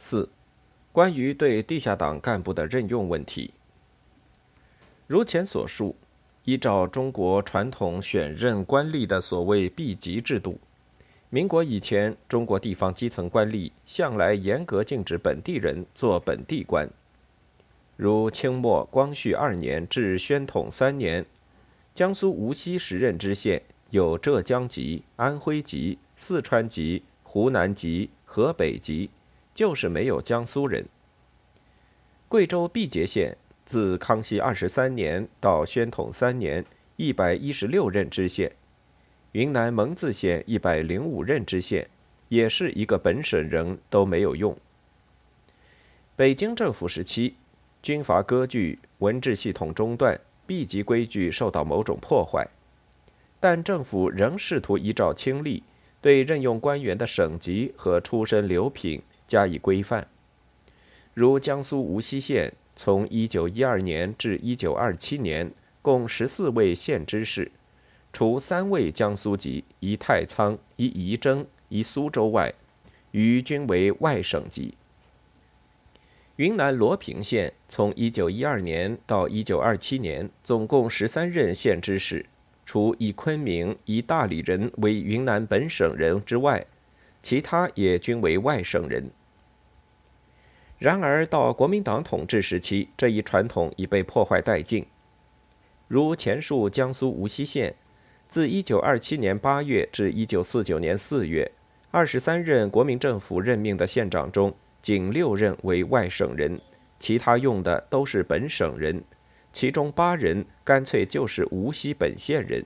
4. 关于对地下党干部的任用问题。如前所述，依照中国传统选任官吏的所谓避籍制度，民国以前，中国地方基层官吏向来严格禁止本地人做本地官。如清末光绪2年至宣统3年，江苏无锡时任知县有浙江籍、安徽籍、四川籍、湖南籍、河北籍，就是没有江苏人。贵州毕节县自康熙23年到宣统3年116任知县，云南蒙自县105任知县，也是一个本省人都没有用。北京政府时期，军阀割据，文治系统中断，避籍规矩受到某种破坏，但政府仍试图依照清例，对任用官员的省级和出身流品加以规范。如江苏无锡县从1912年至1927年，共14位县知事，除3位江苏籍、1太仓、1仪征、1苏州外，余均为外省籍。云南罗平县从1912年到1927年，总共13任县知事，除以昆明、以大理人为云南本省人之外，其他也均为外省人。然而到国民党统治时期，这一传统已被破坏殆尽。如前述江苏无锡县，自1927年8月至1949年4月，23任国民政府任命的县长中，仅6任为外省人，其他用的都是本省人，其中8人干脆就是无锡本县人。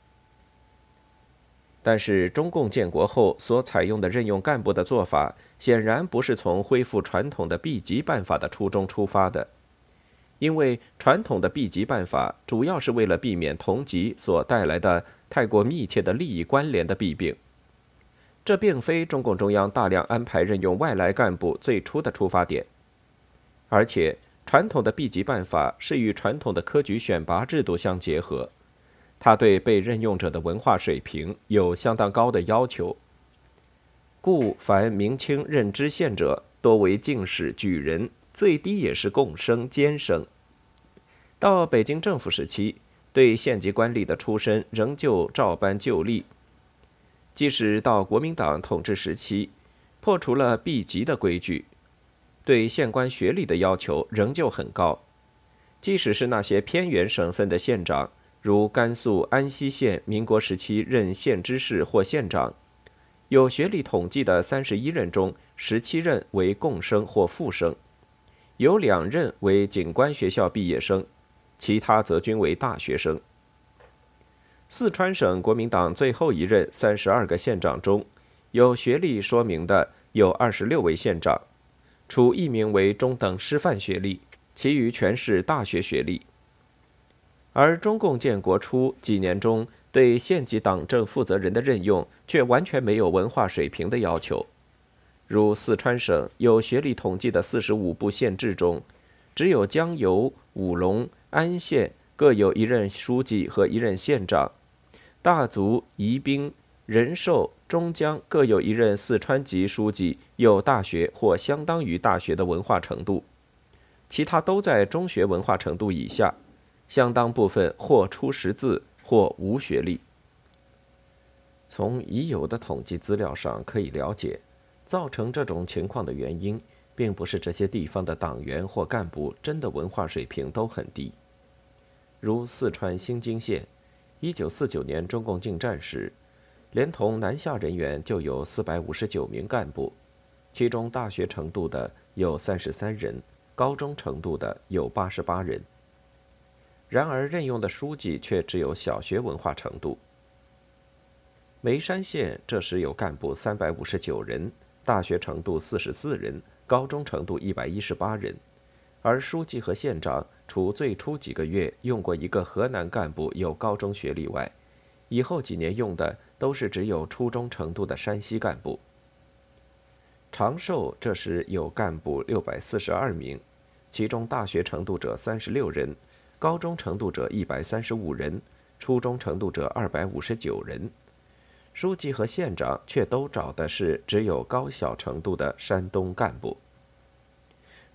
但是中共建国后所采用的任用干部的做法，显然不是从恢复传统的避籍办法的初衷出发的，因为传统的避籍办法主要是为了避免同级所带来的太过密切的利益关联的弊病。这并非中共中央大量安排任用外来干部最初的出发点，而且传统的避籍办法是与传统的科举选拔制度相结合，它对被任用者的文化水平有相当高的要求，故凡明清任知县者多为进士、举人，最低也是贡生、监生。到北京政府时期，对县级官吏的出身仍旧照搬旧例。即使到国民党统治时期，破除了避籍的规矩，对县官学历的要求仍旧很高。即使是那些偏远省份的县长，如甘肃安西县民国时期任县知事或县长，有学历统计的31任中，17任为贡生或副生，有2任为警官学校毕业生，其他则均为大学生。四川省国民党最后一任32个县长中，有学历说明的有26位县长，除1名为中等师范学历，其余全是大学学历。而中共建国初几年中，对县级党政负责人的任用却完全没有文化水平的要求。如四川省有学历统计的45部县志中，只有江油、武隆、安县各有1任书记和1任县长，大足、宜宾、仁寿、中江各有1任四川籍书记，有大学或相当于大学的文化程度，其他都在中学文化程度以下，相当部分或初识字或无学历。从已有的统计资料上可以了解，造成这种情况的原因，并不是这些地方的党员或干部真的文化水平都很低。如四川新津县，1949年中共进占时，连同南下人员就有459名干部，其中大学程度的有33人，高中程度的有88人。然而任用的书记却只有小学文化程度。眉山县这时有干部359人，大学程度44人，高中程度118人，而书记和县长除最初几个月用过一个河南干部有高中学历外，以后几年用的都是只有初中程度的山西干部。长寿这时有干部642名，其中大学程度者36人，高中程度者135人，初中程度者259人。书记和县长却都找的是只有高小程度的山东干部。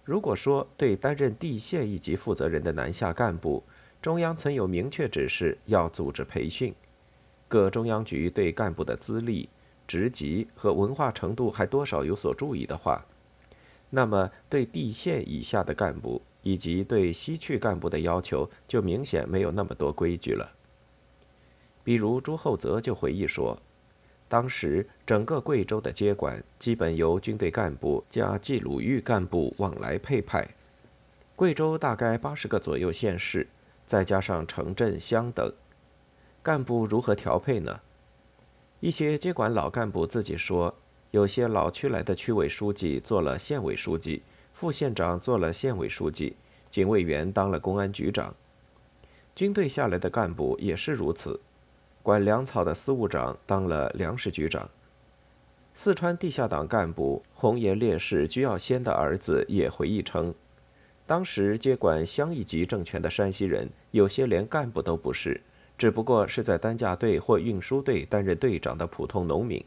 如果说对担任地县一级负责人的南下干部，中央曾有明确指示要组织培训，各中央局对干部的资历、职级和文化程度还多少有所注意的话，那么对地县以下的干部以及对西去干部的要求就明显没有那么多规矩了。比如朱厚泽就回忆说，当时整个贵州的接管基本由军队干部加冀鲁豫干部往来配派，贵州大概80个左右县市，再加上城镇乡等，干部如何调配呢？一些接管老干部自己说，有些老区来的区委书记做了县委书记，副县长做了县委书记，警卫员当了公安局长。军队下来的干部也是如此，管粮草的司务长当了粮食局长。四川地下党干部红岩烈士居耀先的儿子也回忆称，当时接管乡一级政权的山西人，有些连干部都不是，只不过是在担架队或运输队担任队长的普通农民。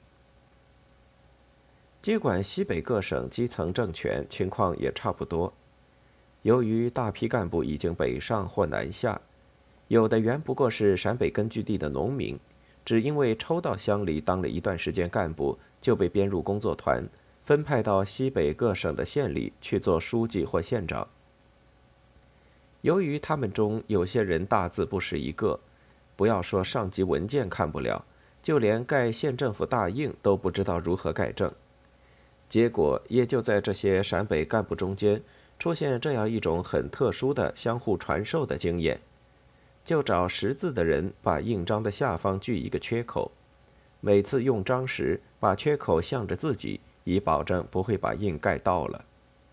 接管西北各省基层政权情况也差不多。由于大批干部已经北上或南下，有的原不过是陕北根据地的农民，只因为抽到乡里当了一段时间干部，就被编入工作团，分派到西北各省的县里去做书记或县长。由于他们中有些人大字不识一个，不要说上级文件看不了，就连盖县政府大印都不知道如何盖正。结果也就在这些陕北干部中间出现这样一种很特殊的相互传授的经验，就找识字的人把印章的下方锯一个缺口，每次用章时把缺口向着自己，以保证不会把印盖倒了。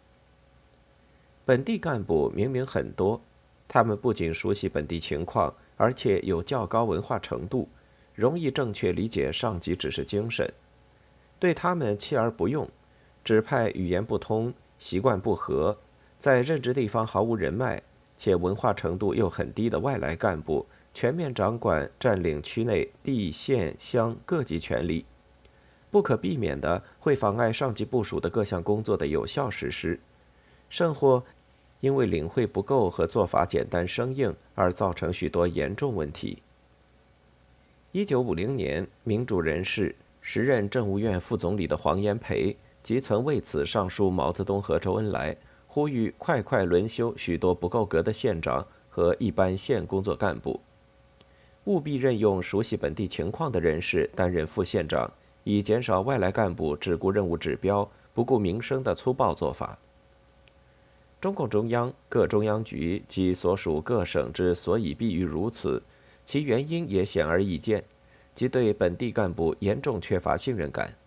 本地干部明明很多，他们不仅熟悉本地情况，而且有较高文化程度，容易正确理解上级指示精神。对他们弃而不用，指派语言不通、习惯不合，在任职地方毫无人脉，且文化程度又很低的外来干部，全面掌管占领区内地、县、乡各级权力，不可避免的会妨碍上级部署的各项工作的有效实施，甚或因为领会不够和做法简单生硬而造成许多严重问题。1950年，民主人士、时任政务院副总理的黄炎培即曾为此上书毛泽东和周恩来，呼吁快快轮休许多不够格的县长和一般县工作干部，务必任用熟悉本地情况的人士担任副县长，以减少外来干部只顾任务指标、不顾民生的粗暴做法。中共中央、各中央局及所属各省之所以必于如此，其原因也显而易见，即对本地干部严重缺乏信任感。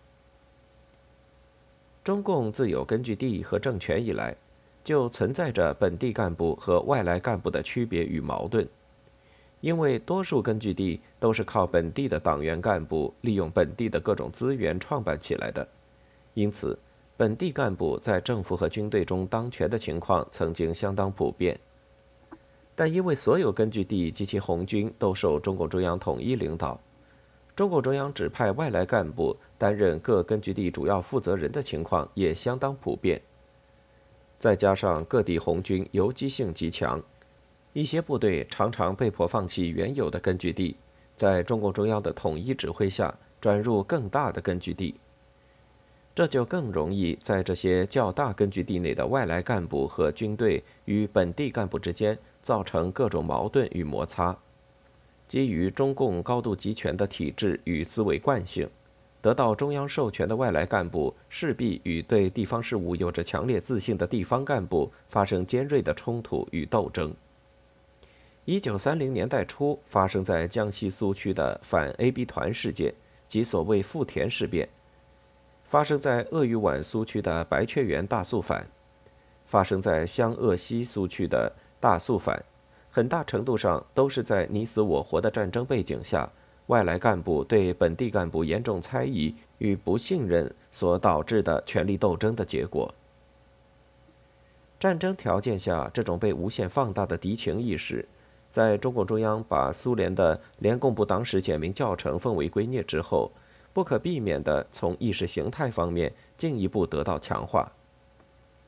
中共自有根据地和政权以来，就存在着本地干部和外来干部的区别与矛盾。因为多数根据地都是靠本地的党员干部利用本地的各种资源创办起来的，因此本地干部在政府和军队中当权的情况曾经相当普遍。但因为所有根据地及其红军都受中共中央统一领导，中共中央指派外来干部担任各根据地主要负责人的情况也相当普遍。再加上各地红军游击性极强，一些部队常常被迫放弃原有的根据地，在中共中央的统一指挥下转入更大的根据地，这就更容易在这些较大根据地内的外来干部和军队与本地干部之间造成各种矛盾与摩擦。基于中共高度集权的体制与思维惯性，得到中央授权的外来干部势必与对地方事务有着强烈自信的地方干部发生尖锐的冲突与斗争。1930年代初发生在江西苏区的反 AB 团事件及所谓富田事变，发生在鄂豫皖苏区的白雀园大肃反，发生在湘鄂西苏区的大肃反，很大程度上都是在你死我活的战争背景下，外来干部对本地干部严重猜疑与不信任所导致的权力斗争的结果。战争条件下，这种被无限放大的敌情意识，在中共中央把苏联的联共部党史简明教程奉为圭臬之后，不可避免地从意识形态方面进一步得到强化。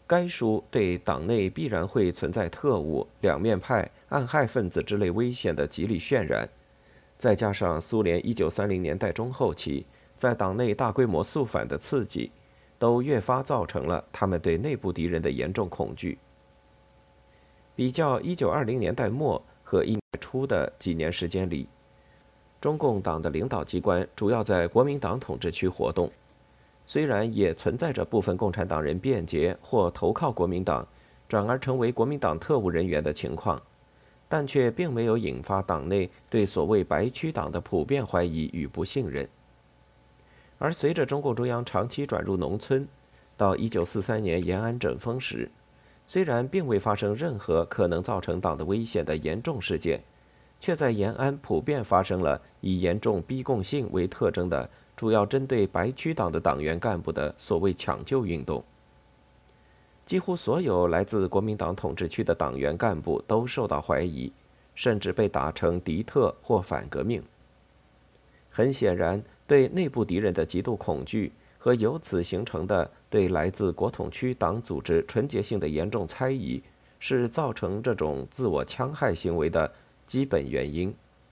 该书对党内必然会存在特务、两面派、暗害分子之类危险的极力渲染，再加上苏联1930年代中后期在党内大规模肃反的刺激，都越发造成了他们对内部敌人的严重恐惧。比较1920年代末和1年初的几年时间里，中共党的领导机关主要在国民党统治区活动，虽然也存在着部分共产党人变节或投靠国民党，转而成为国民党特务人员的情况，但却并没有引发党内对所谓白区党的普遍怀疑与不信任。而随着中共中央长期转入农村，到1943年延安整风时，虽然并未发生任何可能造成党的危险的严重事件，却在延安普遍发生了以严重逼供性为特征的主要针对白区党的党员干部的所谓抢救运动。几乎所有来自国民党统治区的党员干部都受到怀疑，甚至被打成敌特或反革命。很显然，对内部敌人的极度恐惧和由此形成的对来自国统区党组织纯洁性的严重猜疑，是造成这种自我戕害行为的基本原因。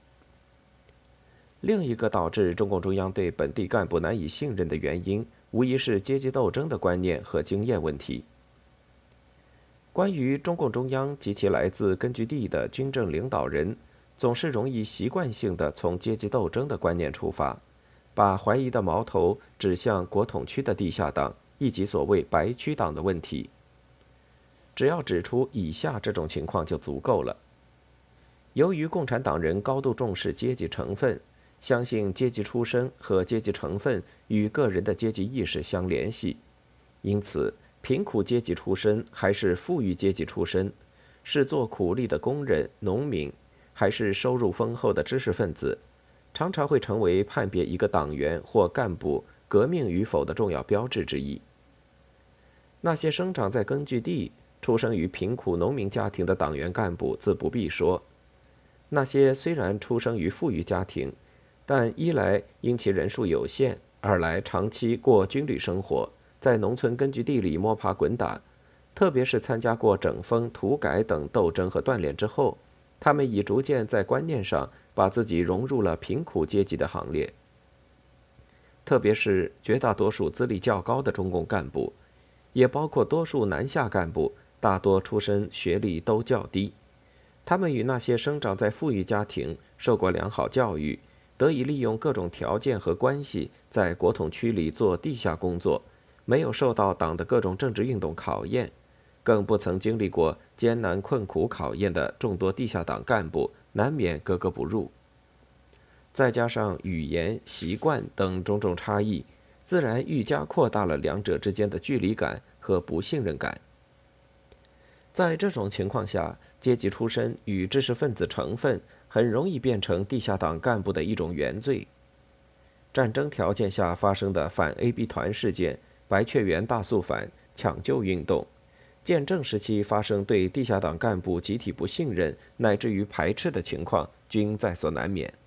另一个导致中共中央对本地干部难以信任的原因，无疑是阶级斗争的观念和经验问题。关于中共中央及其来自根据地的军政领导人，总是容易习惯性地从阶级斗争的观念出发，把怀疑的矛头指向国统区的地下党以及所谓白区党的问题。只要指出以下这种情况就足够了：由于共产党人高度重视阶级成分，相信阶级出身和阶级成分与个人的阶级意识相联系，因此贫苦阶级出身还是富裕阶级出身，是做苦力的工人、农民，还是收入丰厚的知识分子，常常会成为判别一个党员或干部革命与否的重要标志之一。那些生长在根据地、出生于贫苦农民家庭的党员干部自不必说，那些虽然出生于富裕家庭，但一来因其人数有限，二来长期过军旅生活，在农村根据地里摸爬滚打，特别是参加过整风、土改等斗争和锻炼之后，他们已逐渐在观念上把自己融入了贫苦阶级的行列。特别是绝大多数资历较高的中共干部，也包括多数南下干部，大多出身学历都较低。他们与那些生长在富裕家庭、受过良好教育、得以利用各种条件和关系在国统区里做地下工作，没有受到党的各种政治运动考验，更不曾经历过艰难困苦考验的众多地下党干部，难免格格不入。再加上语言、习惯等种种差异，自然愈加扩大了两者之间的距离感和不信任感。在这种情况下，阶级出身与知识分子成分很容易变成地下党干部的一种原罪。战争条件下发生的反 AB 团事件、白雀园大肃反、抢救运动，建政时期发生对地下党干部集体不信任乃至于排斥的情况，均在所难免。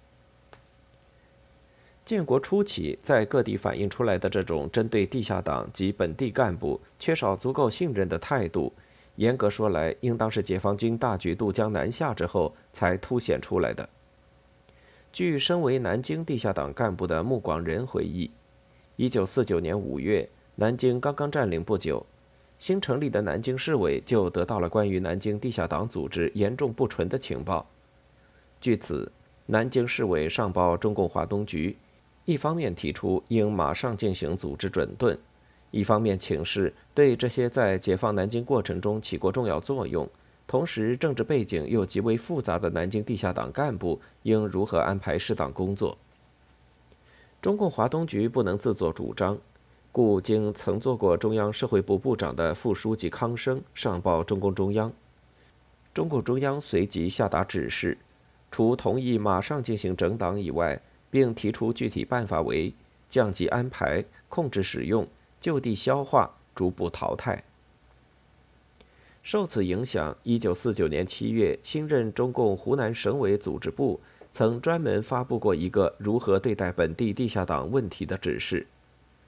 建国初期在各地反映出来的这种针对地下党及本地干部缺少足够信任的态度，严格说来，应当是解放军大举渡江南下之后才凸显出来的。据身为南京地下党干部的穆广仁回忆，1949年5月，南京刚刚占领不久，新成立的南京市委就得到了关于南京地下党组织严重不纯的情报。据此，南京市委上报中共华东局，一方面提出应马上进行组织整顿，一方面请示对这些在解放南京过程中起过重要作用，同时政治背景又极为复杂的南京地下党干部应如何安排适当工作。中共华东局不能自作主张，故经曾做过中央社会部部长的副书记康生上报中共中央，中共中央随即下达指示，除同意马上进行整党以外，并提出具体办法为降级安排、控制使用、就地消化、逐步淘汰。受此影响，1949年7月，新任中共湖南省委组织部曾专门发布过一个如何对待本地地下党问题的指示。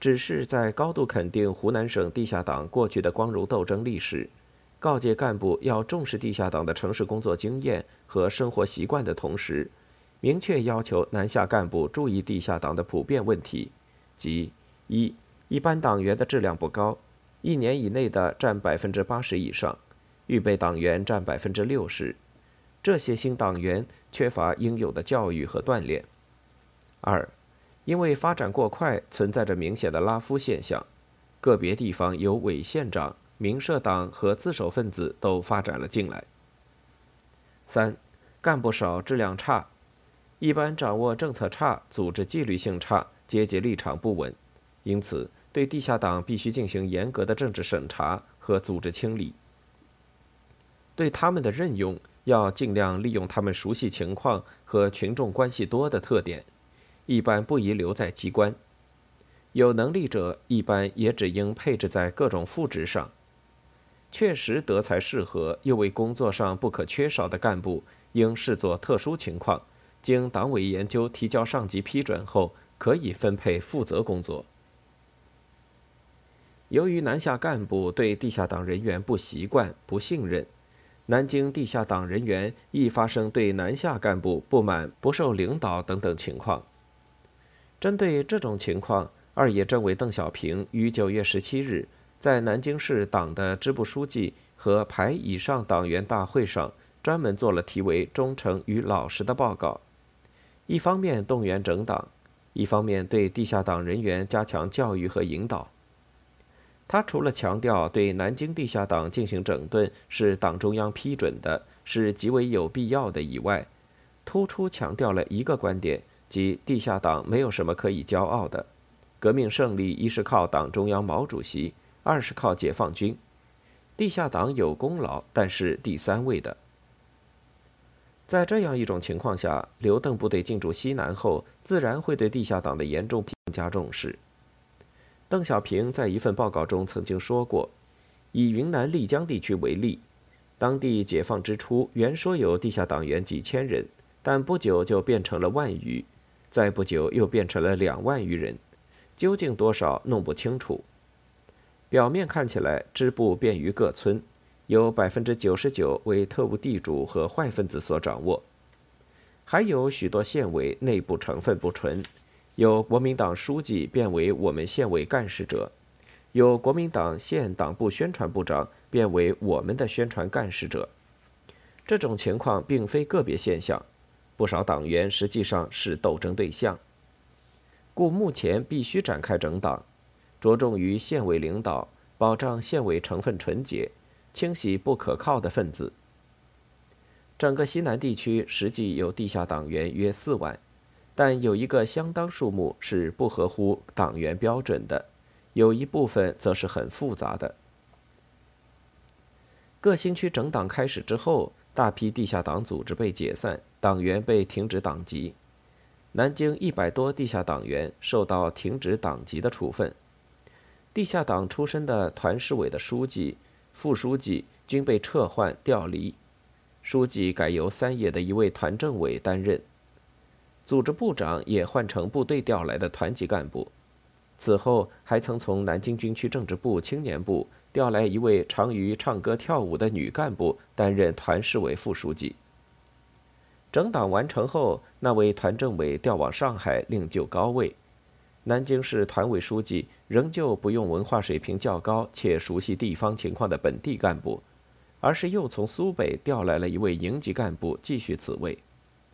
只是在高度肯定湖南省地下党过去的光荣斗争历史，告诫干部要重视地下党的城市工作经验和生活习惯的同时，明确要求南下干部注意地下党的普遍问题，即一般党员的质量不高，1年以内的占80%以上，预备党员占60%，这些新党员缺乏应有的教育和锻炼。2. 因为发展过快，存在着明显的拉夫现象，个别地方有伪县长、民社党和自首分子都发展了进来。3. 干部少，质量差，一般掌握政策差，组织纪律性差，阶级立场不稳，因此对地下党必须进行严格的政治审查和组织清理。对他们的任用，要尽量利用他们熟悉情况和群众关系多的特点，一般不宜留在机关。有能力者，一般也只应配置在各种副职上。确实德才适合又为工作上不可缺少的干部，应视作特殊情况，经党委研究提交上级批准后，可以分配负责工作。由于南下干部对地下党人员不习惯、不信任，南京地下党人员易发生对南下干部不满、不受领导等等情况。针对这种情况，二野政委邓小平于9月17日在南京市党的支部书记和排以上党员大会上，专门做了题为“忠诚与老实”的报告。一方面动员整党，一方面对地下党人员加强教育和引导。他除了强调对南京地下党进行整顿是党中央批准的，是极为有必要的以外，突出强调了一个观点，即地下党没有什么可以骄傲的，革命胜利一是靠党中央毛主席，二是靠解放军，地下党有功劳，但是第3位的。在这样一种情况下，刘邓部队进驻西南后，自然会对地下党的严重更加重视。邓小平在一份报告中曾经说过，以云南丽江地区为例，当地解放之初原说有地下党员几千人，但不久就变成了万余，再不久又变成了2万余人，究竟多少弄不清楚。表面看起来支部便于各村，有99%为特务地主和坏分子所掌握，还有许多县委内部成分不纯，有国民党书记变为我们县委干事者，有国民党县党部宣传部长变为我们的宣传干事者。这种情况并非个别现象，不少党员实际上是斗争对象。故目前必须展开整党，着重于县委领导，保障县委成分纯洁，清洗不可靠的分子。整个西南地区实际有地下党员约4万，但有一个相当数目是不合乎党员标准的，有一部分则是很复杂的。各新区整党开始之后，大批地下党组织被解散，党员被停止党籍。南京100多地下党员受到停止党籍的处分。地下党出身的团市委的书记、副书记均被撤换调离，书记改由3野的一位团政委担任。组织部长也换成部队调来的团级干部，此后还曾从南京军区政治部青年部调来一位常于唱歌跳舞的女干部担任团市委副书记。整党完成后，那位团政委调往上海另就高位。南京市团委书记仍旧不用文化水平较高且熟悉地方情况的本地干部，而是又从苏北调来了一位营级干部继续此位。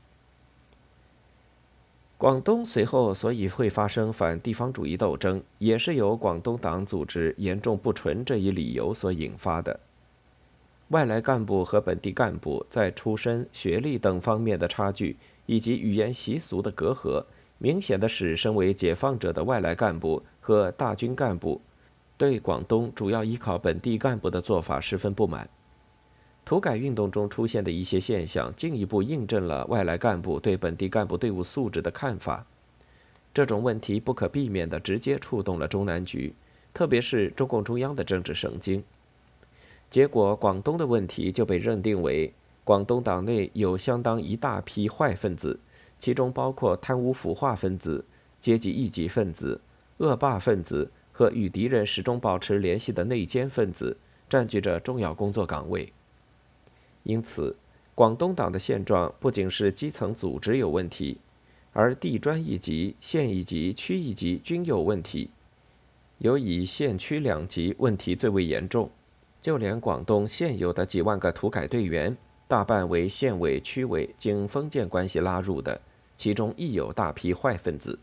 广东随后所以会发生反地方主义斗争，也是由广东党组织严重不纯这一理由所引发的。外来干部和本地干部在出身、学历等方面的差距，以及语言习俗的隔阂，明显的使身为解放者的外来干部和大军干部对广东主要依靠本地干部的做法十分不满。土改运动中出现的一些现象，进一步印证了外来干部对本地干部队伍素质的看法。这种问题不可避免地直接触动了中南局，特别是中共中央的政治神经。结果，广东的问题就被认定为广东党内有相当一大批坏分子，其中包括贪污腐化分子、阶级异己分子、 恶霸分子和与敌人始终保持联系的内奸分子占据着重要工作岗位。因此，广东党的现状不仅是基层组织有问题，而地专一级、县一级、区一级均有问题，尤以县区两级问题最为严重。就连广东现有的几万个土改队员，大半为县委、区委经封建关系拉入的，其中亦有大批坏分子。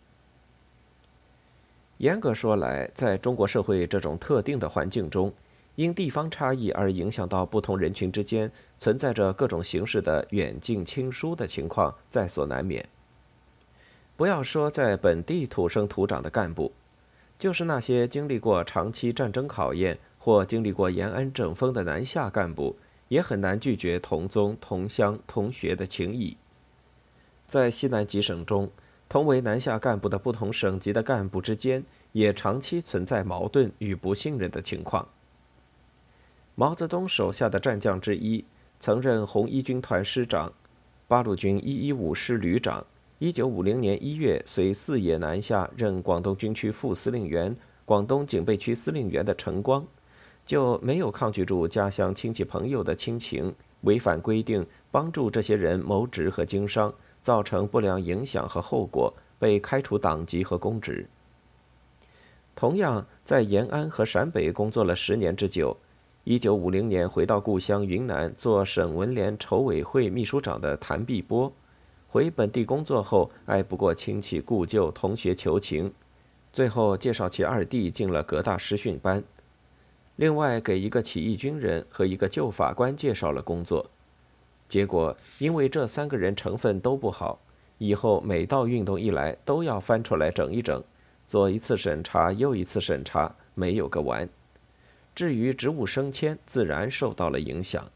严格说来，在中国社会这种特定的环境中，因地方差异而影响到不同人群之间存在着各种形式的远近亲疏的情况在所难免。不要说在本地土生土长的干部，就是那些经历过长期战争考验或经历过延安整风的南下干部，也很难拒绝同宗、同乡、同学的情谊。在西南几省中，同为南下干部的不同省级的干部之间，也长期存在矛盾与不信任的情况。毛泽东手下的战将之一，曾任红一军团师长、八路军115师旅长，1950年1月随四野南下任广东军区副司令员、广东警备区司令员的陈光，就没有抗拒住家乡亲戚朋友的亲情，违反规定帮助这些人谋职和经商，造成不良影响和后果，被开除党籍和公职。同样在延安和陕北工作了10年之久，1950年回到故乡云南做省文联筹委会秘书长的谭碧波，回本地工作后爱不过亲戚故旧同学求情，最后介绍其二弟进了革大师训班，另外给一个起义军人和一个旧法官介绍了工作。结果因为这3个人成分都不好，以后每到运动一来都要翻出来整一整，做一次审查又一次审查，没有个完。至于职务升迁，自然受到了影响。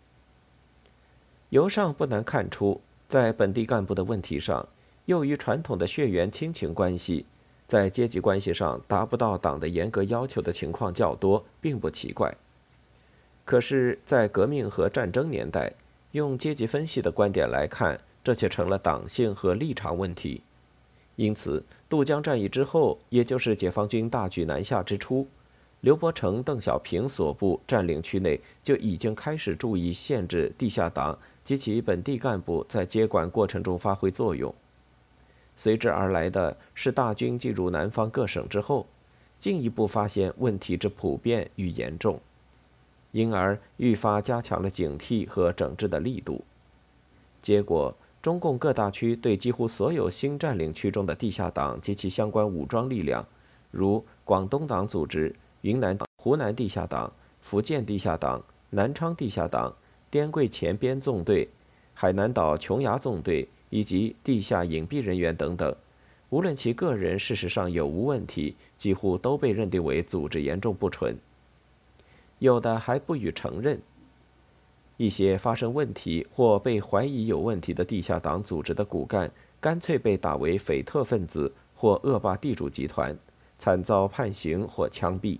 由上不难看出，在本地干部的问题上，由于传统的血缘亲情关系，在阶级关系上达不到党的严格要求的情况较多，并不奇怪。可是，在革命和战争年代，用阶级分析的观点来看，这却成了党性和立场问题。因此，渡江战役之后，也就是解放军大举南下之初，刘伯承、邓小平所部占领区内就已经开始注意限制地下党及其本地干部在接管过程中发挥作用。随之而来的是大军进入南方各省之后，进一步发现问题之普遍与严重，因而愈发加强了警惕和整治的力度。结果，中共各大区对几乎所有新占领区中的地下党及其相关武装力量，如广东党组织、云南、湖南地下党、福建地下党、南昌地下党、滇桂前边纵队、海南岛琼崖纵队以及地下隐蔽人员等等，无论其个人事实上有无问题，几乎都被认定为组织严重不纯。有的还不予承认。一些发生问题或被怀疑有问题的地下党组织的骨干，干脆被打为匪特分子或恶霸地主集团，惨遭判刑或枪毙。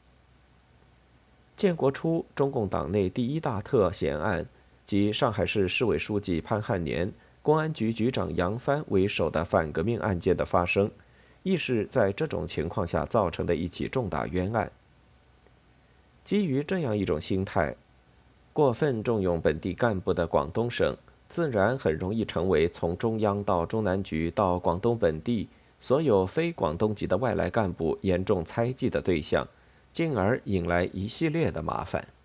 建国初，中共党内第一大特嫌案，即上海市市委书记潘汉年、公安局局长杨帆为首的反革命案件的发生，亦是在这种情况下造成的一起重大冤案。基于这样一种心态，过分重用本地干部的广东省，自然很容易成为从中央到中南局到广东本地所有非广东籍的外来干部严重猜忌的对象，进而引来一系列的麻烦。